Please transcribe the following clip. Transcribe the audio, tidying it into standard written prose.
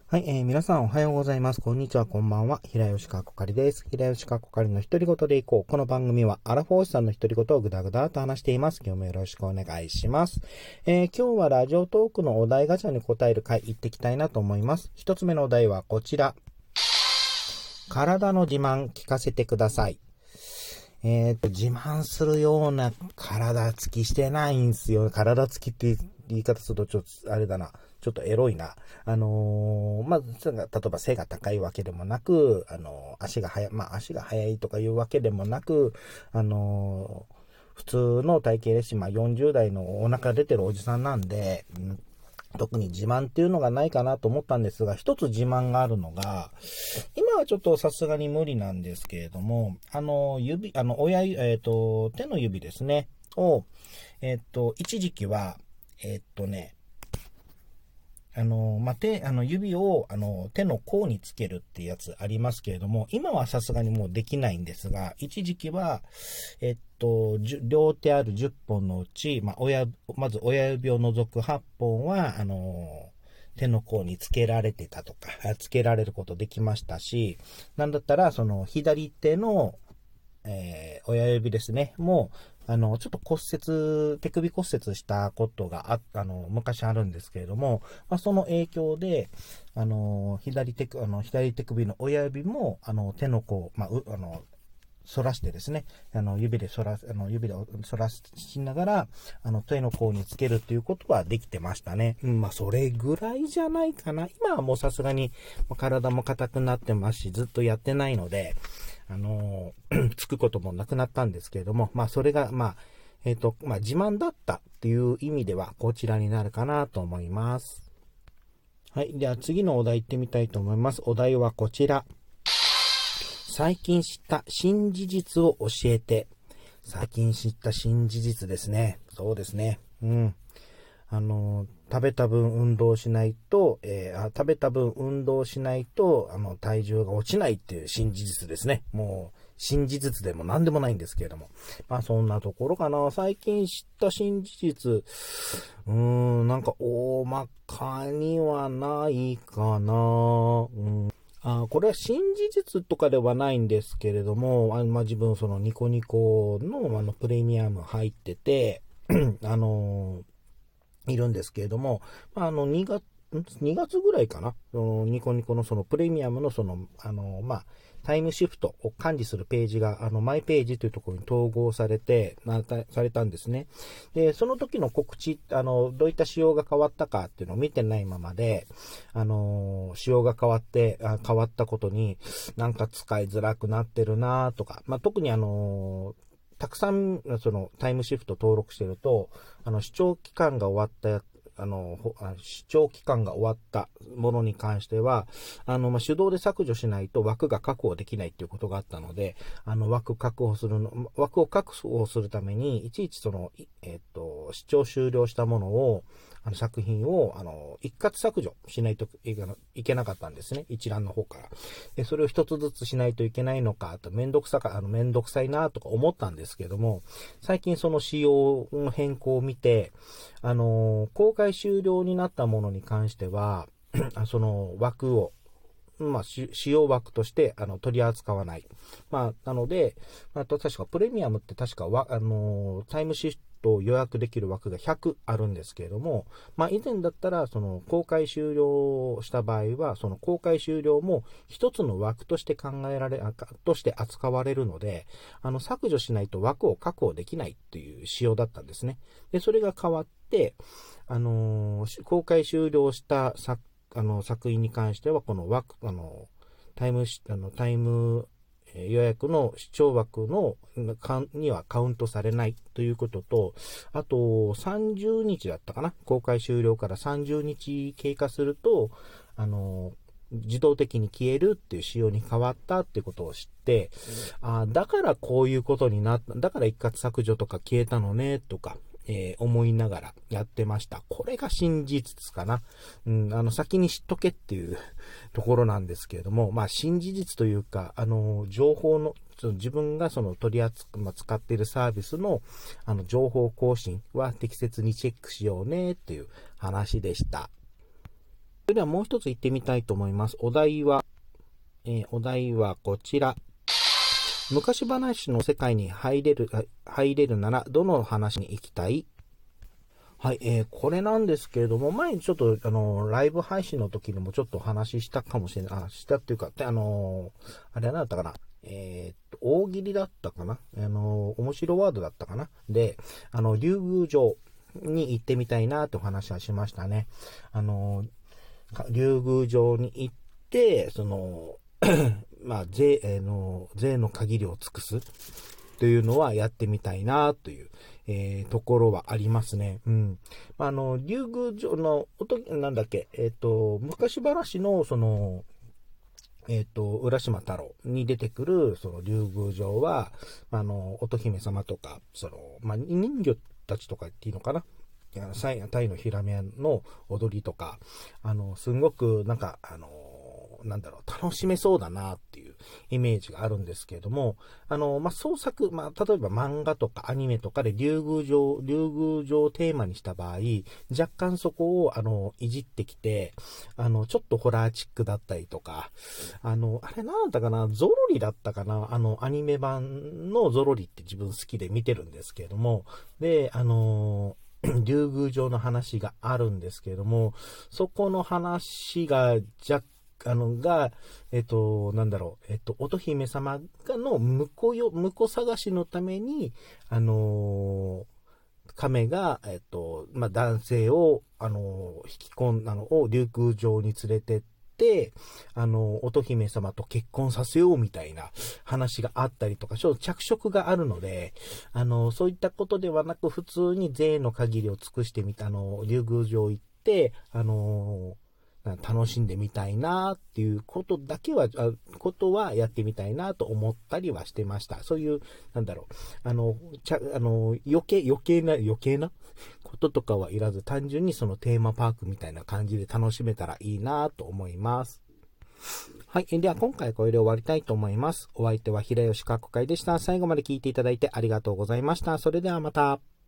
はい、皆さんおはようございます。こんにちは、こんばんは。平吉川こかりです。平吉川こかりの独り言でいこう。この番組はアラフォーシさんの独り言をぐだぐだと話しています。今日もよろしくお願いします。今日はラジオトークのお題ガチャに答える回行ってきたいなと思います。一つ目のお題はこちら。体の自慢聞かせてください。自慢するような体つきしてないんですよ。体つきって言い方するとちょっとあれだな。ちょっとエロいな。例えば背が高いわけでもなく、足が速いとかいうわけでもなく、普通の体型ですし、40代のお腹出てるおじさんなんで、特に自慢っていうのがないかなと思ったんですが、一つ自慢があるのが、今はちょっとさすがに無理なんですけれども、手の指ですね、を、一時期は、指を、手の甲につけるってやつありますけれども、今はさすがにもうできないんですが、一時期は、両手ある10本のうち、まず親指を除く8本は、手の甲につけられてたとか、つけられることできましたし、なんだったら、その左手の、親指ですね、もう、ちょっと手首骨折したことが昔あるんですけれども、その影響で、左手首の親指も、手の甲、反らしてですね、指で反らしながら、手の甲につけるっていうことはできてましたね。それぐらいじゃないかな。今はもうさすがに、体も硬くなってますし、ずっとやってないので、つくこともなくなったんですけれども、それが、自慢だったっていう意味では、こちらになるかなと思います。はい。では次のお題行ってみたいと思います。お題はこちら。最近知った新事実を教えて。最近知った新事実ですね。そうですね。食べた分運動しないと、体重が落ちないっていう新事実ですね。もう、新事実でも何でもないんですけれども。そんなところかな。最近知った新事実。なんか大まかにはないかな。これは新事実とかではないんですけれども、自分そのニコニコのプレミアム入ってて、いるんですけれども、2月ぐらいかな、ニコニコのそのプレミアムのタイムシフトを管理するページが、マイページというところに統合されたんですね。で、その時の告知、どういった仕様が変わったかっていうのを見てないままで、仕様が変わったことに、なんか使いづらくなってるなとか、特にたくさん、その、タイムシフト登録してると、視聴期間が終わったものに関しては、手動で削除しないと枠が確保できないっていうことがあったので、枠を確保するために、いちいちその、視聴終了したものを、作品を、一括削除しないといけなかったんですね。一覧の方から。で、それを一つずつしないといけないのか、めんどくさいなとか思ったんですけども、最近その仕様の変更を見て、公開終了になったものに関しては、その枠を、使用枠として、取り扱わない。なので、確かプレミアムって確かタイムシフトを予約できる枠が100あるんですけれども、以前だったら、その公開終了した場合は、その公開終了も一つの枠としてとして扱われるので、削除しないと枠を確保できないっていう仕様だったんですね。で、それが変わって、公開終了した作品に関しては、このタイム予約の視聴枠にはカウントされないということと、あと30日だったかな、公開終了から30日経過すると、自動的に消えるっていう仕様に変わったっていうことを知って、だからこういうことになった、だから一括削除とか消えたのね、とか、思いながらやってました。これが真実かな。先に知っとけっていうところなんですけれども、真事実というか、情報の、自分がその使っているサービスの、情報更新は適切にチェックしようねっていう話でした。 それではもう一つ行ってみたいと思います。お題はこちら。昔話の世界に入れるなら、どの話に行きたい？はい、これなんですけれども、前にちょっと、ライブ配信の時にもちょっとお話ししたかもしれない、したっていうか、あれ何だったかな、大喜利だったかな、面白ワードだったかなで、竜宮城に行ってみたいなってお話はしましたね。竜宮城に行って、まあ、税の限りを尽くすというのはやってみたいなという、ところはありますね。うん。竜宮城の、なんだっけ、昔話の、浦島太郎に出てくる、竜宮城は、乙姫様とか、人魚たちとか言っていいのかな。タイのヒラメの踊りとか、すんごく、楽しめそうだなっていうイメージがあるんですけれども、創作、例えば漫画とかアニメとかで竜宮城をテーマにした場合、若干そこを、いじってきて、ちょっとホラーチックだったりとか、あれなんだったかな、ゾロリだったかな、アニメ版のゾロリって自分好きで見てるんですけれども、で、竜宮城の話があるんですけれども、そこの話が乙姫様の婿探しのために、亀が、男性を、引き込んだのを竜宮城に連れてって、乙姫様と結婚させようみたいな話があったりとか、ちょっと着色があるので、そういったことではなく、普通に税の限りを尽くしてみた、竜宮城行って、楽しんでみたいなっていうことはやってみたいなと思ったりはしてました。そういう、余計なこととかはいらず、単純にそのテーマパークみたいな感じで楽しめたらいいなと思います。はい。では今回これで終わりたいと思います。お相手は平吉かっこかいでした。最後まで聞いていただいてありがとうございました。それではまた。